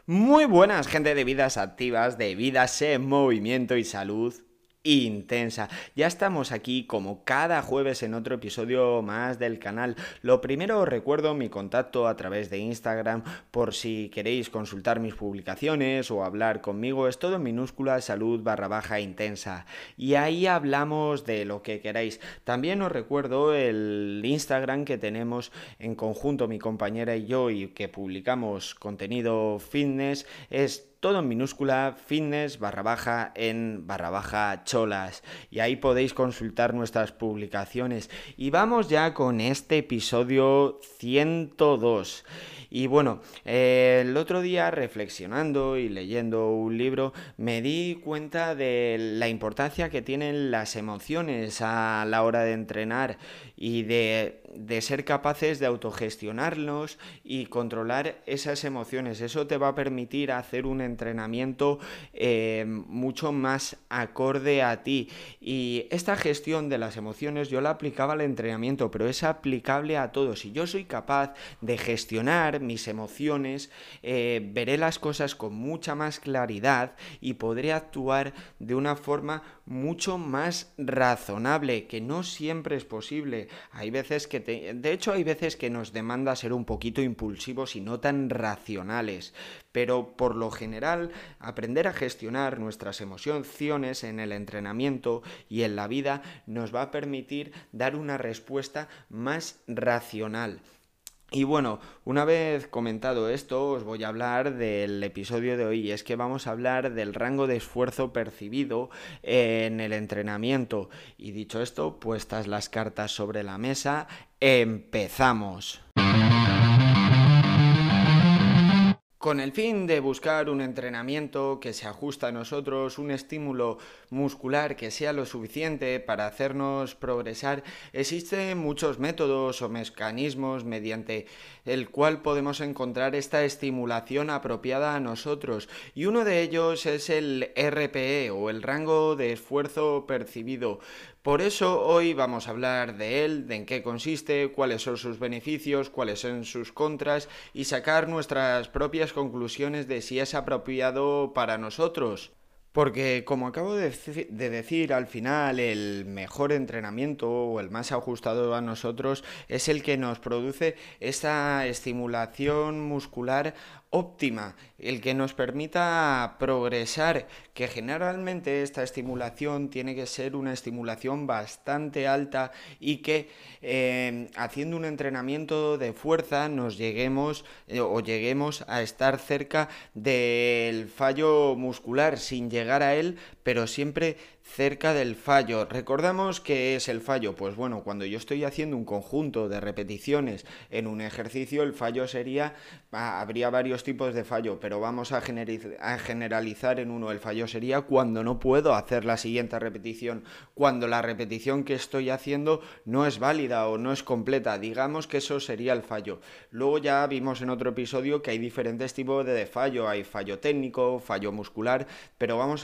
Muy buenas, gente de vidas activas, de vidas en movimiento y salud intensa. Ya estamos aquí como cada jueves en otro episodio más del canal. Lo primero os recuerdo mi contacto a través de Instagram por si queréis consultar mis publicaciones o hablar conmigo. Es todo en minúscula salud_intensa. Y ahí hablamos de lo que queráis. También os recuerdo el Instagram que tenemos en conjunto mi compañera y yo y que publicamos contenido fitness. Es todo en minúscula, fitness_en_cholas. Y ahí podéis consultar nuestras publicaciones. Y vamos ya con este episodio 102. Y bueno, el otro día reflexionando y leyendo un libro me di cuenta de la importancia que tienen las emociones a la hora de entrenar y de ser capaces de autogestionarlos y controlar esas emociones. Eso te va a permitir hacer un entrenamiento mucho más acorde a ti. Y esta gestión de las emociones yo la aplicaba al entrenamiento, pero es aplicable a todo. Si yo soy capaz de gestionar mis emociones, veré las cosas con mucha más claridad y podré actuar de una forma mucho más razonable, que no siempre es posible. Hay veces que de hecho hay veces que nos demanda ser un poquito impulsivos y no tan racionales, pero por lo general aprender a gestionar nuestras emociones en el entrenamiento y en la vida nos va a permitir dar una respuesta más racional. Y bueno, una vez comentado esto, os voy a hablar del episodio de hoy. Es que vamos a hablar del rango de esfuerzo percibido en el entrenamiento. Y dicho esto, puestas las cartas sobre la mesa, empezamos. Con el fin de buscar un entrenamiento que se ajuste a nosotros, un estímulo muscular que sea lo suficiente para hacernos progresar, existen muchos métodos o mecanismos mediante el cual podemos encontrar esta estimulación apropiada a nosotros. Y uno de ellos es el RPE o el rango de esfuerzo percibido. Por eso hoy vamos a hablar de él, de en qué consiste, cuáles son sus beneficios, cuáles son sus contras y sacar nuestras propias conclusiones de si es apropiado para nosotros. Porque, como acabo de decir, al final el mejor entrenamiento o el más ajustado a nosotros es el que nos produce esa estimulación muscular óptima, el que nos permita progresar, que generalmente esta estimulación tiene que ser una estimulación bastante alta y que haciendo un entrenamiento de fuerza nos lleguemos o lleguemos a estar cerca del fallo muscular sin llegar a él, pero siempre cerca del fallo. ¿Recordamos qué es el fallo? Pues bueno, cuando yo estoy haciendo un conjunto de repeticiones en un ejercicio, el fallo sería, habría varios tipos de fallo, pero vamos a generalizar en uno. El fallo sería cuando no puedo hacer la siguiente repetición, cuando la repetición que estoy haciendo no es válida o no es completa. Digamos que eso sería el fallo. Luego ya vimos en otro episodio que hay diferentes tipos de fallo. Hay fallo técnico, fallo muscular, pero vamos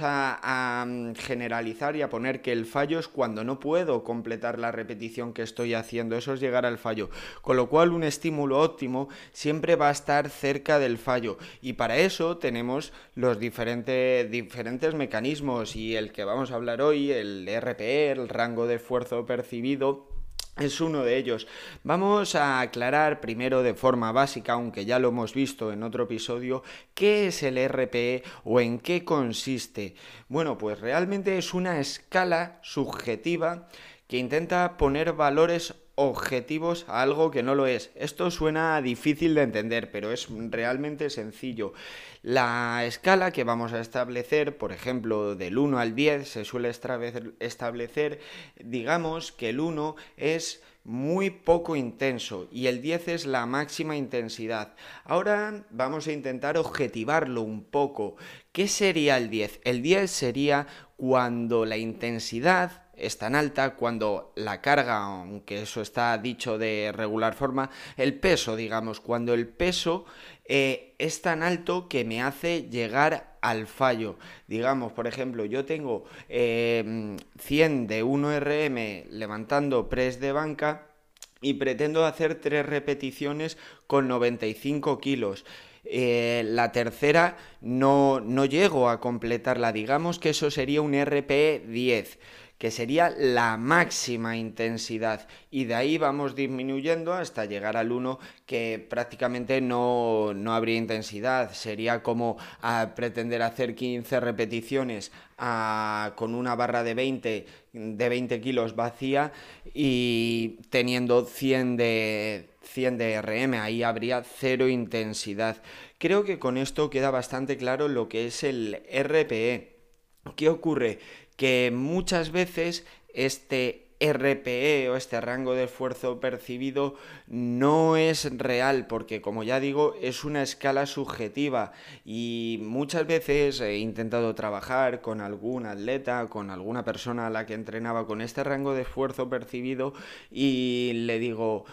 a generalizar y a poner que el fallo es cuando no puedo completar la repetición que estoy haciendo. Eso es llegar al fallo, con lo cual un estímulo óptimo siempre va a estar cerca del fallo, y para eso tenemos los diferentes mecanismos, y el que vamos a hablar hoy, el RPE, el rango de esfuerzo percibido, es uno de ellos. Vamos a aclarar primero de forma básica, aunque ya lo hemos visto en otro episodio, qué es el RPE o en qué consiste. Bueno, pues realmente es una escala subjetiva que intenta poner valores objetivos a algo que no lo es. Esto suena difícil de entender, pero es realmente sencillo. La escala que vamos a establecer, por ejemplo, del 1 al 10, se suele establecer, digamos que el 1 es muy poco intenso y el 10 es la máxima intensidad. Ahora vamos a intentar objetivarlo un poco. ¿Qué sería el 10? El 10 sería cuando la intensidad es tan alta, cuando la carga, aunque eso está dicho de regular forma, el peso, digamos, cuando el peso es tan alto que me hace llegar al fallo. Digamos, por ejemplo, yo tengo 100 de 1 RM levantando press de banca y pretendo hacer 3 repeticiones con 95 kilos. La tercera no llego a completarla. Digamos que eso sería un RPE 10, que sería la máxima intensidad, y de ahí vamos disminuyendo hasta llegar al 1, que prácticamente no habría intensidad. Sería como pretender hacer 15 repeticiones con una barra de 20 kilos vacía y teniendo 100 de RM, ahí habría cero intensidad. Creo que con esto queda bastante claro lo que es el RPE. ¿Qué ocurre? Que muchas veces este RPE o este rango de esfuerzo percibido no es real, porque como ya digo es una escala subjetiva, y muchas veces he intentado trabajar con algún atleta, con alguna persona a la que entrenaba con este rango de esfuerzo percibido, y le digo: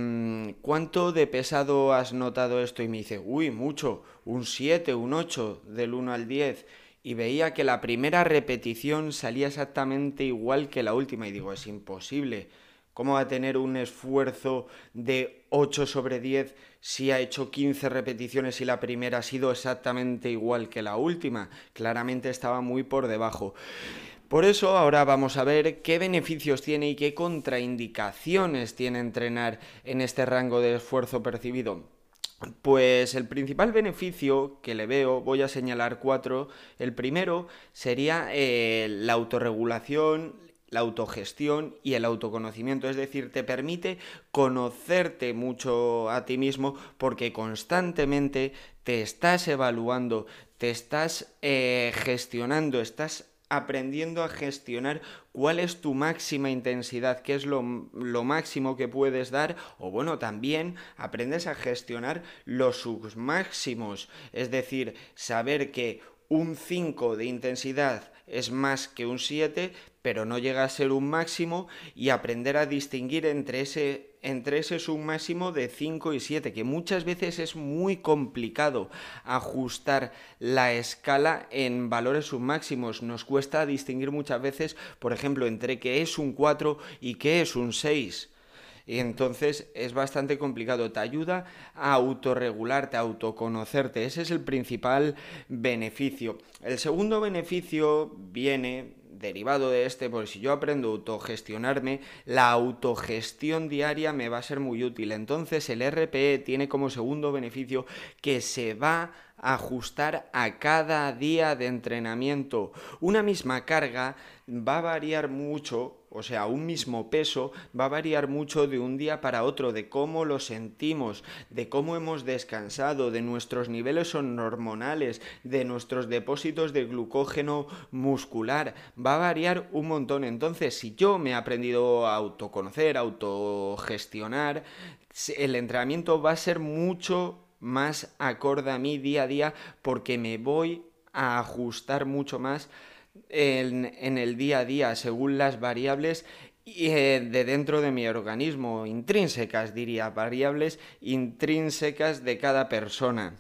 ¿cuánto de pesado has notado esto? Y me dice: uy, mucho, un 7, un 8 del 1 al 10. Y veía que la primera repetición salía exactamente igual que la última, y digo: es imposible. ¿Cómo va a tener un esfuerzo de 8 sobre 10 si ha hecho 15 repeticiones y la primera ha sido exactamente igual que la última? Claramente estaba muy por debajo. Por eso ahora vamos a ver qué beneficios tiene y qué contraindicaciones tiene entrenar en este rango de esfuerzo percibido. Pues el principal beneficio que le veo, voy a señalar 4. El primero sería la autorregulación, la autogestión y el autoconocimiento. Es decir, te permite conocerte mucho a ti mismo, porque constantemente te estás evaluando, te estás gestionando, estás aprendiendo a gestionar cuál es tu máxima intensidad, qué es lo máximo que puedes dar, o bueno, también aprendes a gestionar los submáximos, es decir, saber que un 5 de intensidad es más que un 7, pero no llega a ser un máximo, y aprender a distinguir entre ese submáximo de 5 y 7, que muchas veces es muy complicado ajustar la escala en valores submáximos. Nos cuesta distinguir muchas veces, por ejemplo, entre qué es un 4 y qué es un 6. Y entonces es bastante complicado. Te ayuda a autorregularte, a autoconocerte. Ese es el principal beneficio. El segundo beneficio viene derivado de este, porque si yo aprendo a autogestionarme, la autogestión diaria me va a ser muy útil. Entonces el RPE tiene como segundo beneficio que se va a ajustar a cada día de entrenamiento. Una misma carga va a variar mucho, o sea, un mismo peso va a variar mucho de un día para otro, de cómo lo sentimos, de cómo hemos descansado, de nuestros niveles hormonales, de nuestros depósitos de glucógeno muscular. Va a variar un montón. Entonces, si yo me he aprendido a autoconocer, a autogestionar, el entrenamiento va a ser mucho más acorde a mí día a día, porque me voy a ajustar mucho más en el día a día según las variables de dentro de mi organismo, intrínsecas diría, variables intrínsecas de cada persona.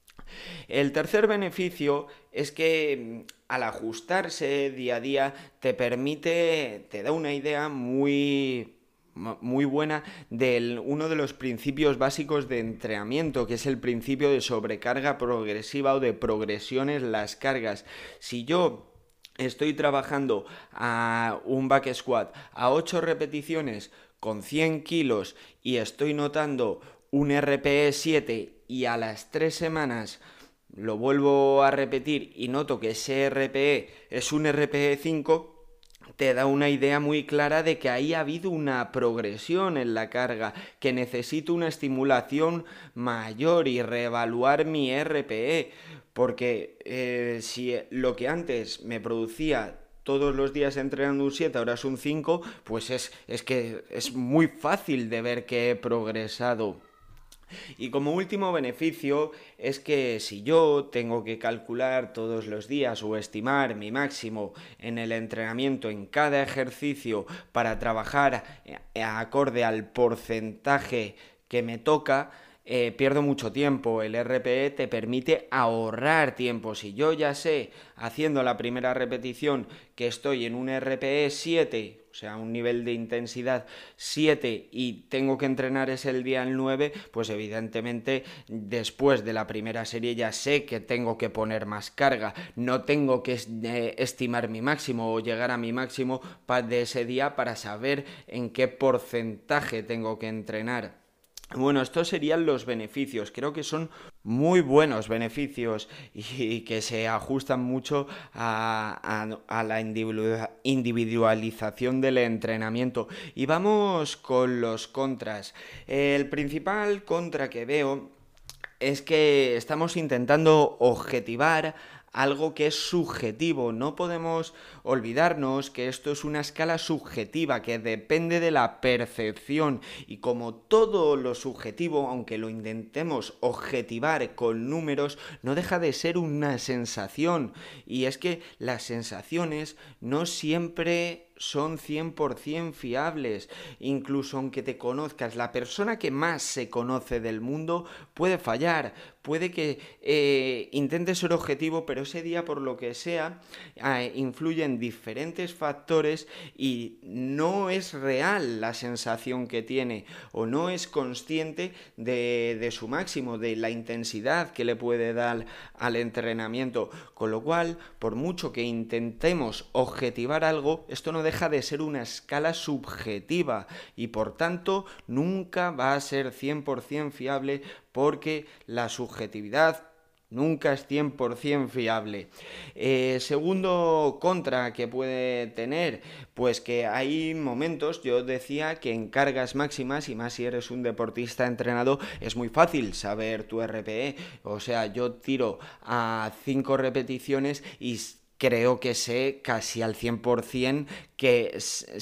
El tercer beneficio es que al ajustarse día a día te da una idea muy buena de uno de los principios básicos de entrenamiento, que es el principio de sobrecarga progresiva o de progresión en las cargas. Si yo estoy trabajando a un back squat a 8 repeticiones con 100 kilos y estoy notando un RPE 7, y a las 3 semanas lo vuelvo a repetir y noto que ese RPE es un RPE 5, te da una idea muy clara de que ahí ha habido una progresión en la carga, que necesito una estimulación mayor y reevaluar mi RPE, porque si lo que antes me producía todos los días entrenando un 7, ahora es un 5, pues es que es muy fácil de ver que he progresado. Y como último beneficio es que si yo tengo que calcular todos los días o estimar mi máximo en el entrenamiento en cada ejercicio para trabajar acorde al porcentaje que me toca, pierdo mucho tiempo. El RPE te permite ahorrar tiempo. Si yo ya sé, haciendo la primera repetición, que estoy en un RPE 7 o sea, un nivel de intensidad 7 y tengo que entrenar ese el día el 9, pues evidentemente después de la primera serie ya sé que tengo que poner más carga, no tengo que estimar mi máximo o llegar a mi máximo de ese día para saber en qué porcentaje tengo que entrenar. Bueno, estos serían los beneficios. Creo que son muy buenos beneficios y que se ajustan mucho a la individualización del entrenamiento. Y vamos con los contras. El principal contra que veo es que estamos intentando objetivar algo que es subjetivo. No podemos olvidarnos que esto es una escala subjetiva que depende de la percepción y como todo lo subjetivo, aunque lo intentemos objetivar con números, no deja de ser una sensación. Y es que las sensaciones no siempre son 100% fiables, incluso aunque te conozcas, la persona que más se conoce del mundo puede fallar, puede que intente ser objetivo, pero ese día por lo que sea influyen diferentes factores y no es real la sensación que tiene o no es consciente de su máximo, de la intensidad que le puede dar al entrenamiento, con lo cual, por mucho que intentemos objetivar algo, esto no deja de ser una escala subjetiva y por tanto nunca va a ser 100% fiable porque la subjetividad nunca es 100% fiable. Segundo contra que puede tener, pues que hay momentos, yo decía que en cargas máximas, y más si eres un deportista entrenado, es muy fácil saber tu RPE. O sea, yo tiro a 5 repeticiones y creo que sé casi al 100% que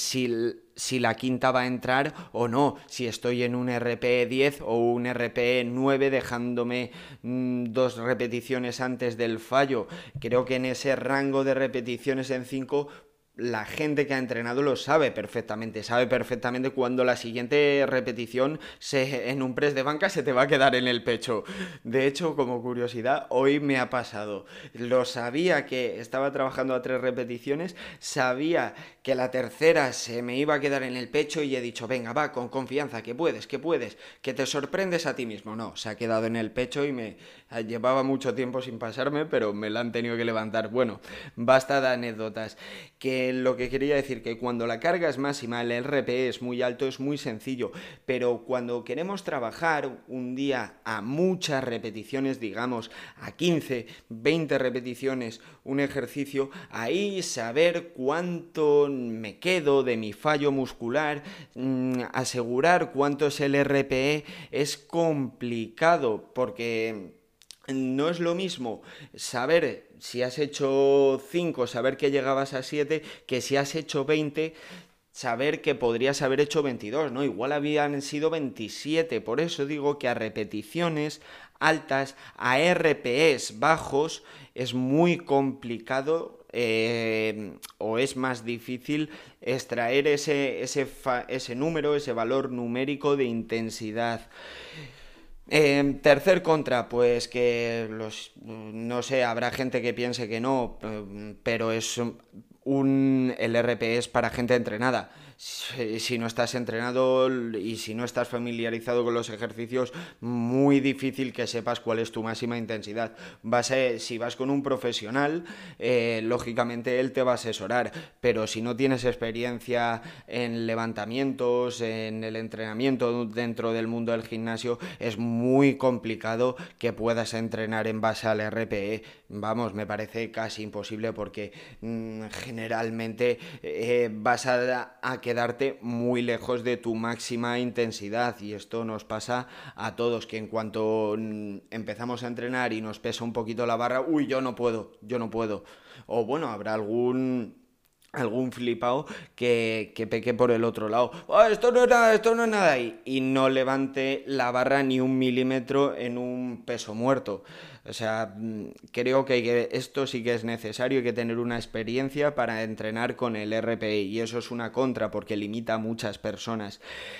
si la quinta va a entrar o no, si estoy en un RPE 10 o un RPE 9 dejándome 2 repeticiones antes del fallo. Creo que en ese rango de repeticiones en 5 la gente que ha entrenado lo sabe perfectamente cuando la siguiente repetición en un press de banca se te va a quedar en el pecho. De hecho, como curiosidad, hoy me ha pasado. Lo sabía que estaba trabajando a 3 repeticiones, sabía que la tercera se me iba a quedar en el pecho y he dicho, venga, va, con confianza, que puedes, que te sorprendes a ti mismo. No, se ha quedado en el pecho y me llevaba mucho tiempo sin pasarme, pero me la han tenido que levantar. Bueno, basta de anécdotas. Que lo que quería decir, que cuando la carga es máxima, el RPE es muy alto, es muy sencillo, pero cuando queremos trabajar un día a muchas repeticiones, digamos a 15, 20 repeticiones, un ejercicio, ahí saber cuánto me quedo de mi fallo muscular, asegurar cuánto es el RPE es complicado porque no es lo mismo saber si has hecho 5, saber que llegabas a 7, que si has hecho 20, saber que podrías haber hecho 22, ¿no? Igual habían sido 27, por eso digo que a repeticiones altas, a RPEs bajos, es muy complicado o es más difícil extraer ese número, ese valor numérico de intensidad. Tercer contra, pues que no sé, habrá gente que piense que no, pero el RP es para gente entrenada. Si no estás entrenado y si no estás familiarizado con los ejercicios, muy difícil que sepas cuál es tu máxima intensidad. Si vas con un profesional, lógicamente él te va a asesorar, pero si no tienes experiencia en levantamientos, en el entrenamiento dentro del mundo del gimnasio, es muy complicado que puedas entrenar en base al RPE. Vamos, me parece casi imposible porque generalmente vas a quedarte muy lejos de tu máxima intensidad y esto nos pasa a todos, que en cuanto empezamos a entrenar y nos pesa un poquito la barra, uy, yo no puedo, o bueno, habrá algún flipado que peque por el otro lado. Oh, esto no es nada y no levante la barra ni un milímetro en un peso muerto. O sea, creo que esto sí que es necesario, hay que tener una experiencia para entrenar con el RPI y eso es una contra porque limita a muchas personas.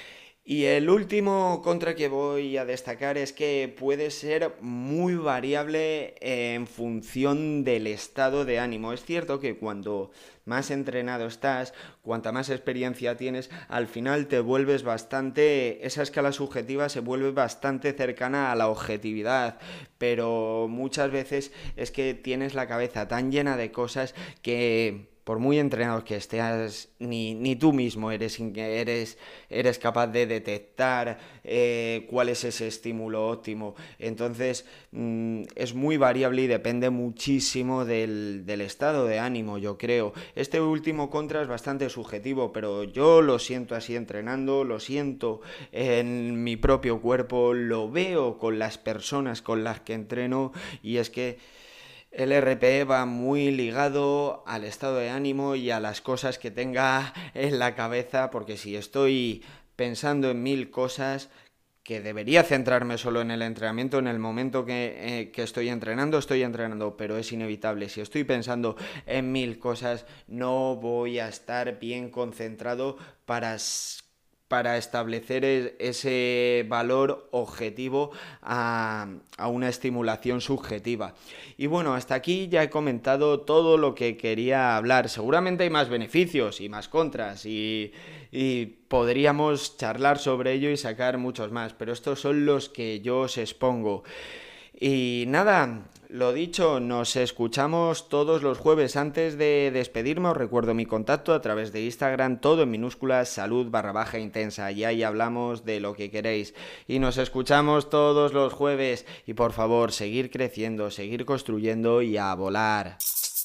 Y el último contra que voy a destacar es que puede ser muy variable en función del estado de ánimo. Es cierto que cuando más entrenado estás, cuanta más experiencia tienes, al final te vuelves bastante, esa escala subjetiva se vuelve bastante cercana a la objetividad, pero muchas veces es que tienes la cabeza tan llena de cosas que por muy entrenado que estés, ni tú mismo eres capaz de detectar cuál es ese estímulo óptimo. Entonces es muy variable y depende muchísimo del estado de ánimo, yo creo. Este último contra es bastante subjetivo, pero yo lo siento así entrenando, lo siento en mi propio cuerpo, lo veo con las personas con las que entreno y es que el RPE va muy ligado al estado de ánimo y a las cosas que tenga en la cabeza, porque si estoy pensando en mil cosas, que debería centrarme solo en el entrenamiento, en el momento que estoy entrenando, pero es inevitable. Si estoy pensando en mil cosas, no voy a estar bien concentrado para establecer ese valor objetivo a una estimulación subjetiva. Y bueno, hasta aquí ya he comentado todo lo que quería hablar. Seguramente hay más beneficios y más contras y podríamos charlar sobre ello y sacar muchos más, pero estos son los que yo os expongo. Y nada, lo dicho, nos escuchamos todos los jueves. Antes de despedirme os recuerdo mi contacto a través de Instagram, todo en minúsculas, salud_intensa, y ahí hablamos de lo que queréis. Y nos escuchamos todos los jueves y por favor, seguir creciendo, seguir construyendo y a volar.